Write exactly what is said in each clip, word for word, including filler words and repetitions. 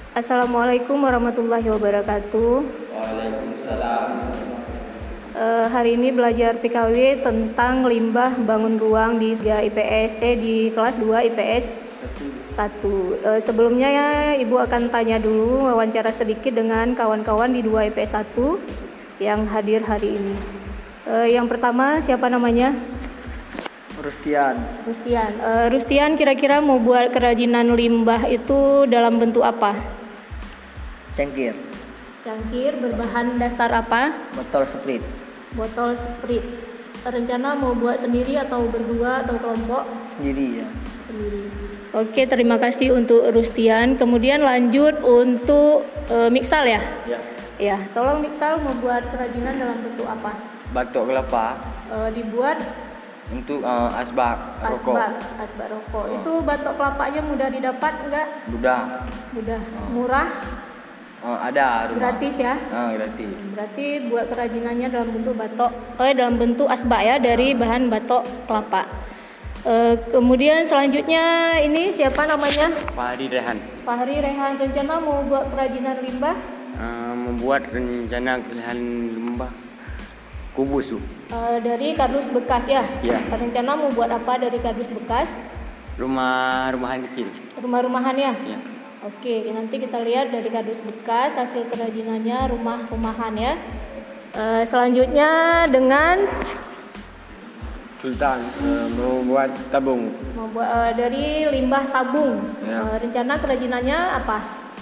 Assalamualaikum warahmatullahi wabarakatuh. Waalaikumsalam. Uh, hari ini belajar P K W tentang limbah bangun ruang di tiga I P S eh di kelas dua I P S satu. Uh, sebelumnya ya, Ibu akan tanya dulu, wawancara sedikit dengan kawan-kawan di dua I P S satu yang hadir hari ini. Uh, yang pertama, siapa namanya? Rustian. Rustian. Uh, Rustian kira-kira mau buat kerajinan limbah itu dalam bentuk apa? Cangkir. Cangkir berbahan dasar apa? Botol sprit. Botol sprit. Rencana mau buat sendiri atau berdua atau kelompok? Sendiri ya. Sendiri. Oke, terima kasih untuk Rustian. Kemudian lanjut untuk uh, Miksal ya? Ya. Ya, tolong Miksal mau buat kerajinan dalam bentuk apa? Batok kelapa. Uh, dibuat Untuk uh, asbak rokok. asbak, asbak rokok. Oh. Itu batok kelapanya mudah didapat enggak? Mudah. Mudah. Oh. Murah? Uh, ada. Rumah. Gratis ya? Uh, gratis. Berarti buat kerajinannya dalam bentuk batok, oh dalam bentuk asbak ya, dari bahan batok kelapa. E, kemudian selanjutnya ini siapa namanya? Fahri Rehan. Fahri Rehan. Rencana mau buat kerajinan limbah? Uh, membuat rencana kerajinan limbah kubus. E, dari kardus bekas ya? Ya. Rencana mau buat apa dari kardus bekas? Rumah-rumahan kecil. Rumah-rumahan ya? Ya. Oke, nanti kita lihat dari kardus bekas hasil kerajinannya rumah-rumahan ya. E, selanjutnya dengan Sultan uh, mau buat tabung. mau buat e, dari limbah tabung. Ya. E, rencana kerajinannya apa?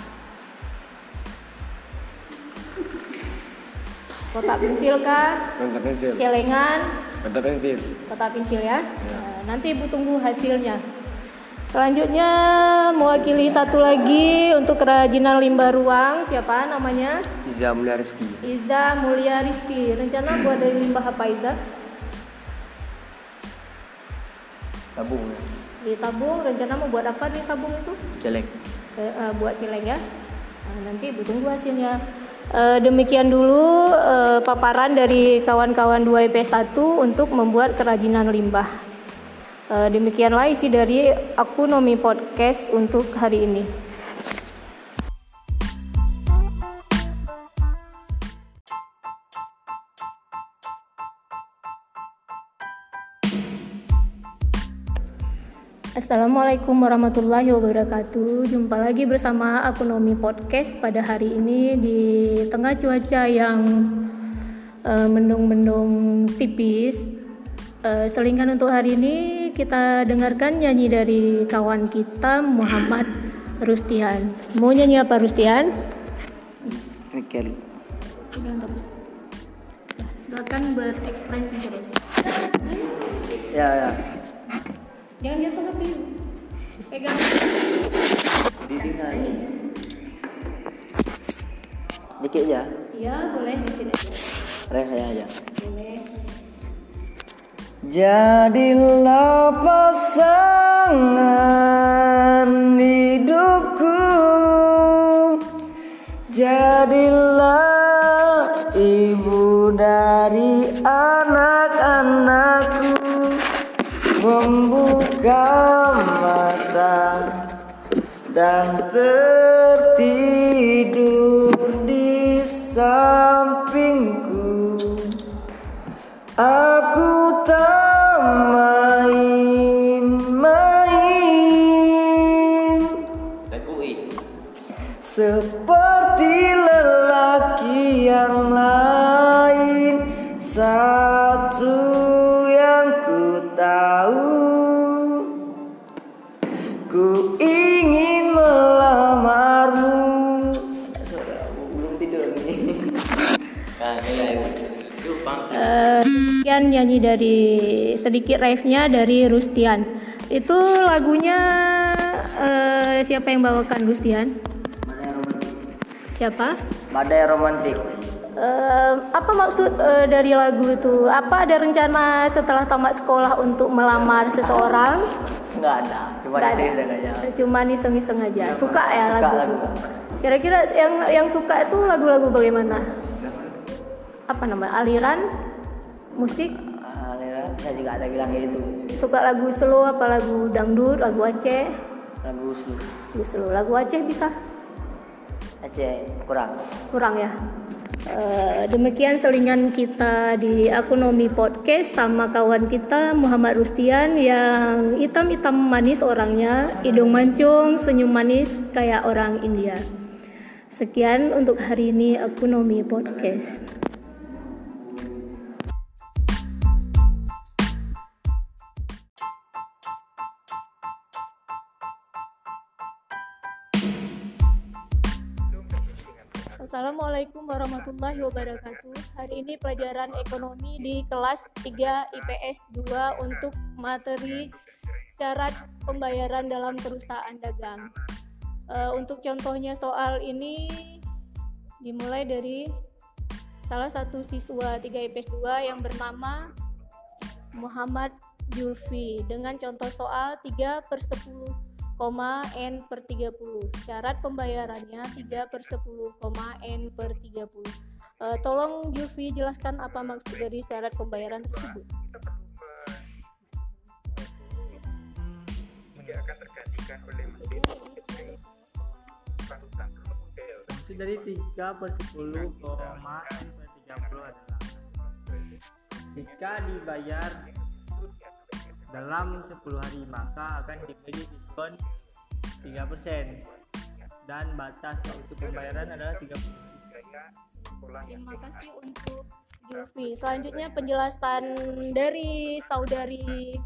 Kotak pensil kah? Kotak pensil. Celengan? Kotak pensil. Kotak pensil ya. Ya. Nah, nanti Ibu tunggu hasilnya. Selanjutnya mewakili satu lagi untuk kerajinan limbah ruang, siapa namanya? Iza Mulia Rizki. Iza Mulia Rizki. Rencana buat dari limbah apa Iza? Tabung. Di tabung, rencana mau buat apa di tabung itu? Celeng. Eh, eh, buat celeng ya. Nah, nanti Ibu tunggu hasilnya. E, demikian dulu e, paparan dari kawan-kawan dua I P S satu untuk membuat kerajinan limbah. E, demikianlah isi dari Akunomi Podcast untuk hari ini. Assalamualaikum warahmatullahi wabarakatuh. Jumpa lagi bersama Akunomi Podcast pada hari ini di tengah cuaca yang uh, mendung-mendung tipis. Uh, selingan untuk hari ini kita dengarkan nyanyi dari kawan kita Muhammad Rustian. Mau nyanyi apa Rustian? Mikir. Silakan berekspresi terus. Ya ya. Jangan jatuh lebih. Pegang. Di sini aja. Dikit ya. Iya, boleh dikit aja. Reha aja. Boleh. Jadilah pasangan hidupku, jadilah ibu dari anak-anakku, membuka mata dan tertidur di sampingku. Aku tak main-main seperti lelaki yang lain. Satu yang ku tahu, ku ingin melamarmu. Belum tidur nih. Uh, sekian nyanyi dari sedikit rave-nya dari Rustian. Itu lagunya uh, siapa yang bawakan Rustian? Badai romantik. Siapa? Badai romantik. Uh, apa maksud uh, dari lagu itu? Apa ada rencana setelah tamat sekolah untuk melamar seseorang? Enggak ada, cuma iseng-iseng aja. Cuma iseng-iseng aja. Suka ya Suka lagu, lagu. itu. Kira-kira yang yang suka itu lagu-lagu bagaimana? Apa namanya? Aliran musik? Aliran, saya juga ada bilang kayak gitu. Suka lagu slow apa lagu dangdut, lagu Aceh? Lagu slow. Lagu slow. Lagu Aceh bisa? Aceh kurang. Kurang ya. Uh, demikian selingan kita di Akonomi Podcast sama kawan kita Muhammad Rustian yang hitam-hitam manis orangnya, hidung mancung, senyum manis kayak orang India. Sekian untuk hari ini Akonomi Podcast. Assalamualaikum warahmatullahi wabarakatuh. Hari ini pelajaran ekonomi di kelas tiga I P S dua untuk materi syarat pembayaran dalam perusahaan dagang. Uh, untuk contohnya soal ini dimulai dari salah satu siswa tiga I P S dua yang bernama Muhammad Julfi dengan contoh soal tiga per sepuluh, N per tiga puluh. Syarat pembayarannya tiga per sepuluh, N per tiga puluh. Uh, tolong Julfi jelaskan apa maksud dari syarat pembayaran tersebut. Tidak akan tergantikan oleh mesin panutan model. Maksud dari tiga per sepuluh, N per tiga puluh adalah jika dibayar dalam sepuluh hari maka akan diberi diskon tiga persen dan batas untuk pembayaran adalah tiga puluh hari. Terima kasih untuk Julfi. Selanjutnya penjelasan dari saudari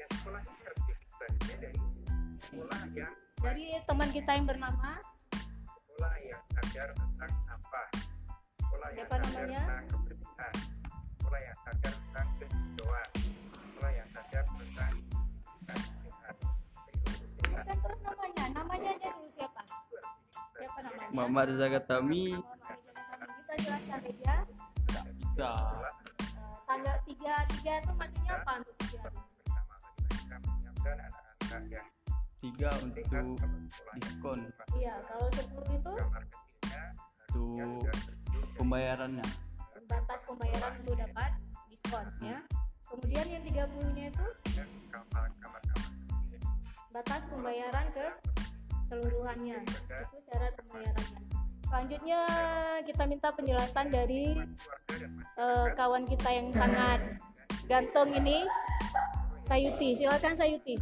dari teman kita yang bernama sekolah yang sadar tentang sampah, sekolah yang Siapa sadar namanya? tentang kebersihan, sekolah yang sadar tentang kehijauan, sekolah yang sadar tentang kebersihan. Bukan terus namanya, namanya aja dulu siapa? Siapa namanya? Muhammad Zagatami. Bisa jelaskan aja? Tidak bisa. Uh, tanggal tiga tiga itu maksudnya apa untuk tiga hari? Bersama bagaimana menyiapkan anak-anak yang Tiga untuk diskon Iya, kalau sepuluh itu kamar kecilnya untuk pembayarannya. batas pembayaran untuk dapat diskon ya. Kemudian yang tiga puluh-nya itu kamar-kamar kecil. batas pembayaran ke seluruhannya. Itu syarat pembayarannya. Selanjutnya kita minta penjelasan dari uh, kawan kita yang sangat ganteng ini, Sayuti. Silakan Sayuti.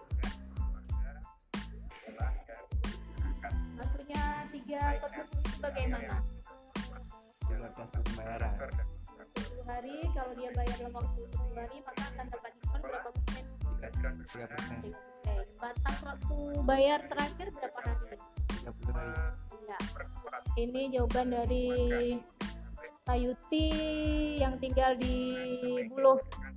Maksudnya tiga per sepuluh itu bagaimana? Batas pembayaran sepuluh hari, kalau dia bayar dalam waktu sepuluh hari maka akan dapat diskon berapa persen? tiga persen. Batas waktu bayar terakhir berapa hari? tiga puluh hari. Ya. Ini jawaban dari Sayuti yang tinggal di Buluh.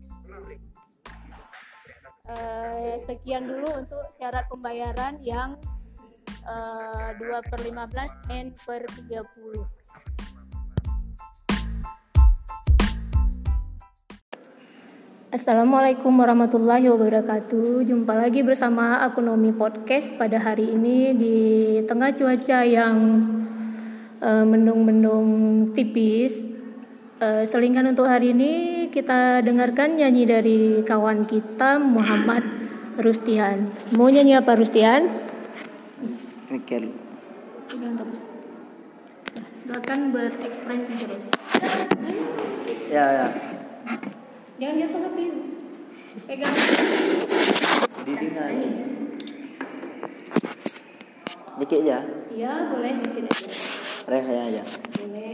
Uh, sekian dulu untuk syarat pembayaran yang uh, dua per lima belas, N per tiga puluh. Assalamualaikum warahmatullahi wabarakatuh. Jumpa lagi bersama Akonomi Podcast pada hari ini di tengah cuaca yang uh, mendung-mendung tipis. Uh, selingan untuk hari ini kita dengarkan nyanyi dari kawan kita Muhammad Rustian. Mau nyanyi apa Rustian? Mikir. Terus. Nah, silakan berekspresi terus. Ya ya. Jangan jatuh H P. Pegang. Di sini aja. Dikit aja. Iya, boleh dikit aja. Rehat aja. Boleh.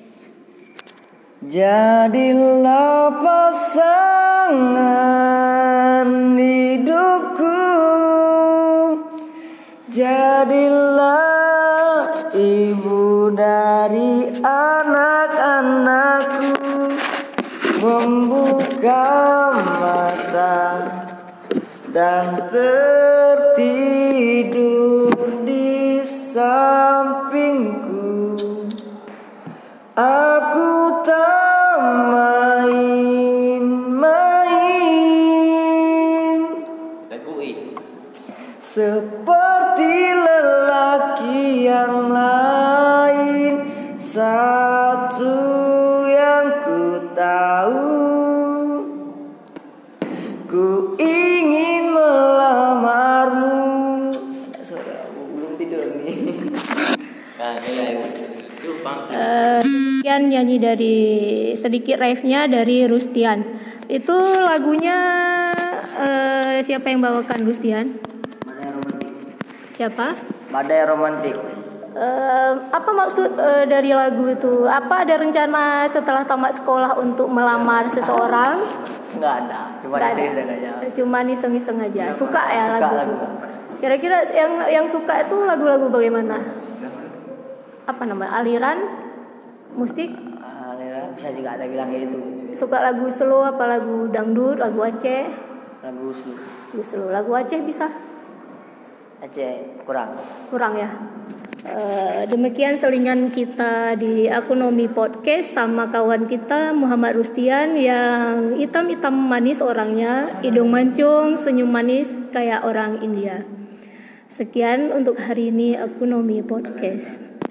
Jadilah pasangan hidupku, jadilah ibu dari anak-anakku, membuka mata dan tertidur di sampingku. Aku tak main-main seperti lelaki yang lain. Satu yang ku tahu, ku ingin melamarmu. Suara belum tidur nih. Nah, ini itu pang. Eh, Demikian nyanyi dari sedikit rave-nya dari Rustian. Itu lagunya eh, siapa yang bawakan, Rustian? Badai romantik. Siapa? Badai romantik. Eh, apa maksud eh, dari lagu itu? Apa ada rencana setelah tamat sekolah untuk melamar seseorang? Enggak ada, cuma Nggak ada. iseng-iseng aja. Cuma iseng-iseng aja. Suka ya Suka lagu lagu. itu. Kira-kira yang yang suka itu lagu-lagu bagaimana? Apa namanya? Aliran musik? Ah, ini bisa juga ada bilang kayak gitu. Suka lagu slow apa lagu dangdut, lagu Aceh? Lagu slow. Lagu slow. Lagu Aceh bisa? Aceh kurang. Kurang ya. Eh, demikian selingan kita di Akonomi Podcast sama kawan kita Muhammad Rustian yang hitam-hitam manis orangnya, hidung mancung, senyum manis kayak orang India. Sekian untuk hari ini Akonomi Podcast.